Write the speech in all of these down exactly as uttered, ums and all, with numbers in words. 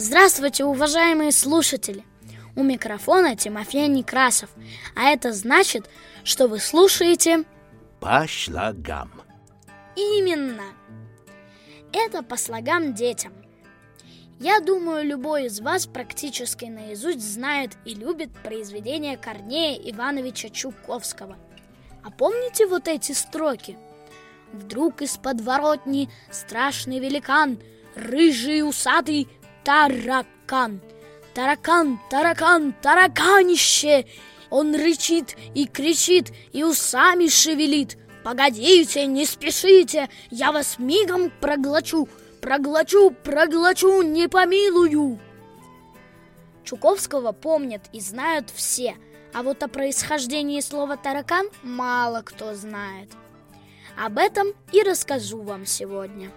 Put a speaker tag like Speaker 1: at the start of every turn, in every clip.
Speaker 1: Здравствуйте, уважаемые слушатели! У микрофона Тимофей Некрасов, а это значит, что вы слушаете
Speaker 2: По слогам.
Speaker 1: Именно! Это по слогам детям. Я думаю, любой из вас практически наизусть знает и любит произведения Корнея Ивановича Чуковского. А помните вот эти строки? Вдруг из подворотни страшный великан, рыжий усатый таракан. Таракан, таракан, тараканище! Он рычит и кричит, и усами шевелит. Погодите, не спешите, я вас мигом проглочу, проглочу, проглочу, не помилую. Чуковского помнят и знают все, а вот о происхождении слова таракан мало кто знает. Об этом и расскажу вам сегодня.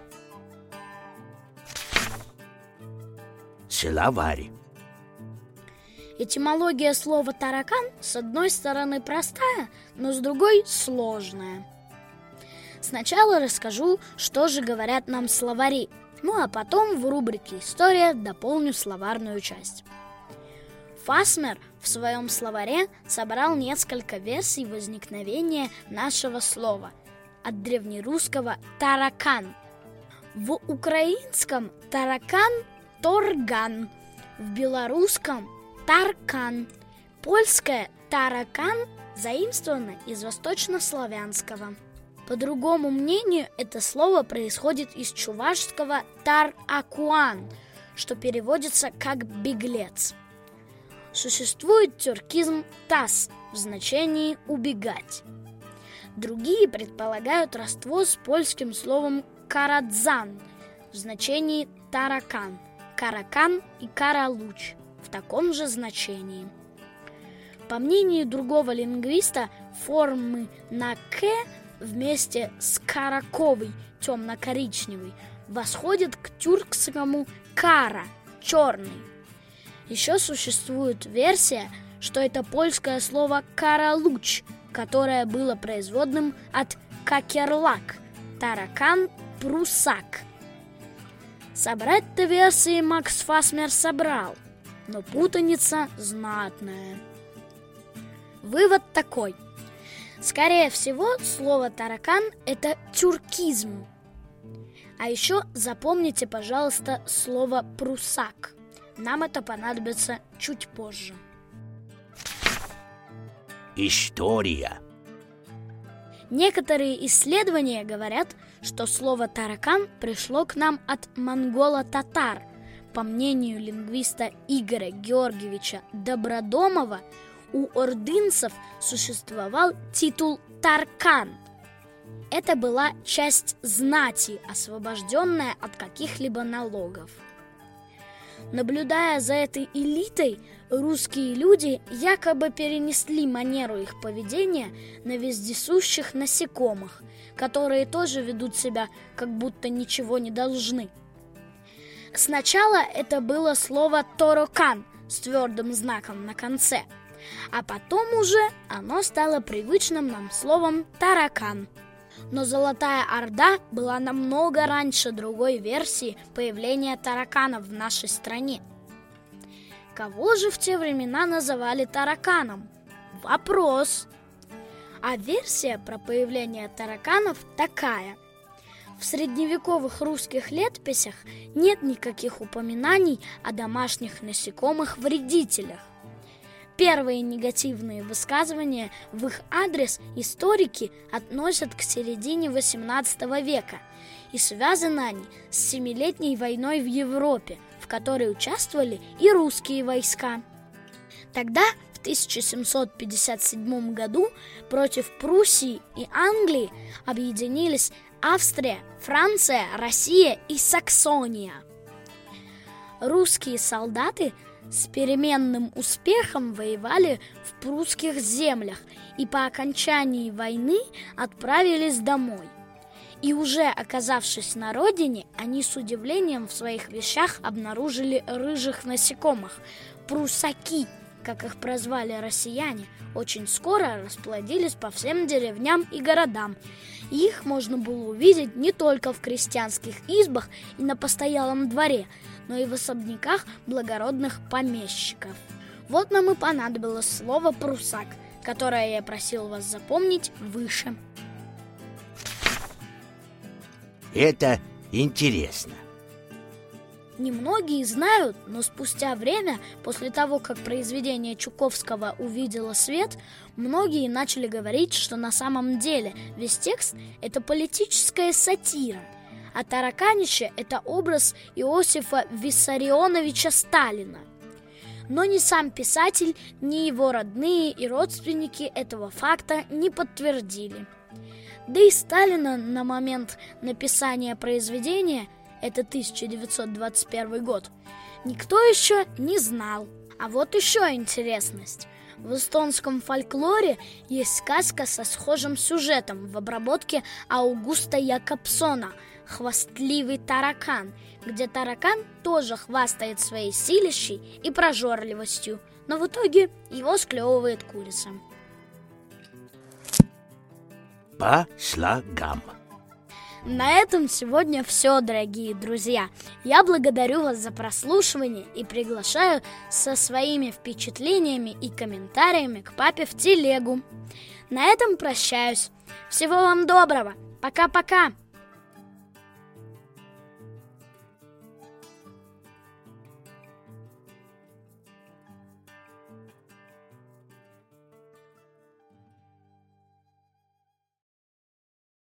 Speaker 2: Словарь.
Speaker 1: Этимология слова «таракан» с одной стороны простая, но с другой сложная. Сначала расскажу, что же говорят нам словари, ну а потом в рубрике «История» дополню словарную часть. Фасмер в своем словаре собрал несколько версий возникновения нашего слова от древнерусского «таракан». В украинском «таракан» – «торган», в белорусском – «таркан», польское «таракан» заимствовано из восточнославянского. По другому мнению, это слово происходит из чувашского «тар-акуан», что переводится как «беглец». Существует тюркизм «тас» в значении «убегать». Другие предполагают родство с польским словом «карадзан» в значении «таракан», «каракан» и «каралуч» в таком же значении. По мнению другого лингвиста, формы на «к» вместе с «караковый» темно-коричневый восходят к тюркскому «кара» черный. Еще существует версия, что это польское слово «каралуч», которое было производным от «какерлак» – таракан, прусак. Собрать-то версии Макс Фасмер собрал, но путаница знатная. Вывод такой. Скорее всего, слово «таракан» – это тюркизм. А еще запомните, пожалуйста, слово «прусак». Нам это понадобится чуть позже.
Speaker 2: История.
Speaker 1: Некоторые исследования говорят, что слово «таракан» пришло к нам от монголо-татар. По мнению лингвиста Игоря Георгиевича Добродомова, у ордынцев существовал титул «таркан». Это была часть знати, освобожденная от каких-либо налогов. Наблюдая за этой элитой, русские люди якобы перенесли манеру их поведения на вездесущих насекомых, которые тоже ведут себя, как будто ничего не должны. Сначала это было слово «торокан» с твердым знаком на конце, а потом уже оно стало привычным нам словом «таракан». Но Золотая Орда была намного раньше другой версии появления тараканов в нашей стране. Кого же в те времена называли тараканом? Вопрос. А версия про появление тараканов такая. В средневековых русских летописях нет никаких упоминаний о домашних насекомых-вредителях. Первые негативные высказывания в их адрес историки относят к середине восемнадцатого века, и связаны они с Семилетней войной в Европе, в которой участвовали и русские войска. Тогда, в тысяча семьсот пятьдесят седьмом году, против Пруссии и Англии объединились Австрия, Франция, Россия и Саксония. Русские солдаты с переменным успехом воевали в прусских землях и по окончании войны отправились домой. И уже оказавшись на родине, они с удивлением в своих вещах обнаружили рыжих насекомых – прусаки, как их прозвали россияне, очень скоро расплодились по всем деревням и городам И их можно было увидеть не только в крестьянских избах и на постоялом дворе, но и в особняках благородных помещиков. Вот нам и понадобилось слово «прусак», которое я просил вас запомнить выше.
Speaker 2: Это интересно.
Speaker 1: Немногие знают, но спустя время, после того, как произведение Чуковского увидело свет, многие начали говорить, что на самом деле весь текст – это политическая сатира, а Тараканище – это образ Иосифа Виссарионовича Сталина. Но ни сам писатель, ни его родные и родственники этого факта не подтвердили. Да и Сталина на момент написания произведения, это тысяча девятьсот двадцать первый год, никто еще не знал. А вот еще интересность. В эстонском фольклоре есть сказка со схожим сюжетом в обработке Аугуста Якобсона «Хвастливый таракан», где таракан тоже хвастает своей силищей и прожорливостью, но в итоге его склевывает курица.
Speaker 2: По слогам.
Speaker 1: На этом сегодня все, дорогие друзья. Я благодарю вас за прослушивание и приглашаю со своими впечатлениями и комментариями к папе в телегу. На этом прощаюсь. Всего вам доброго. Пока-пока.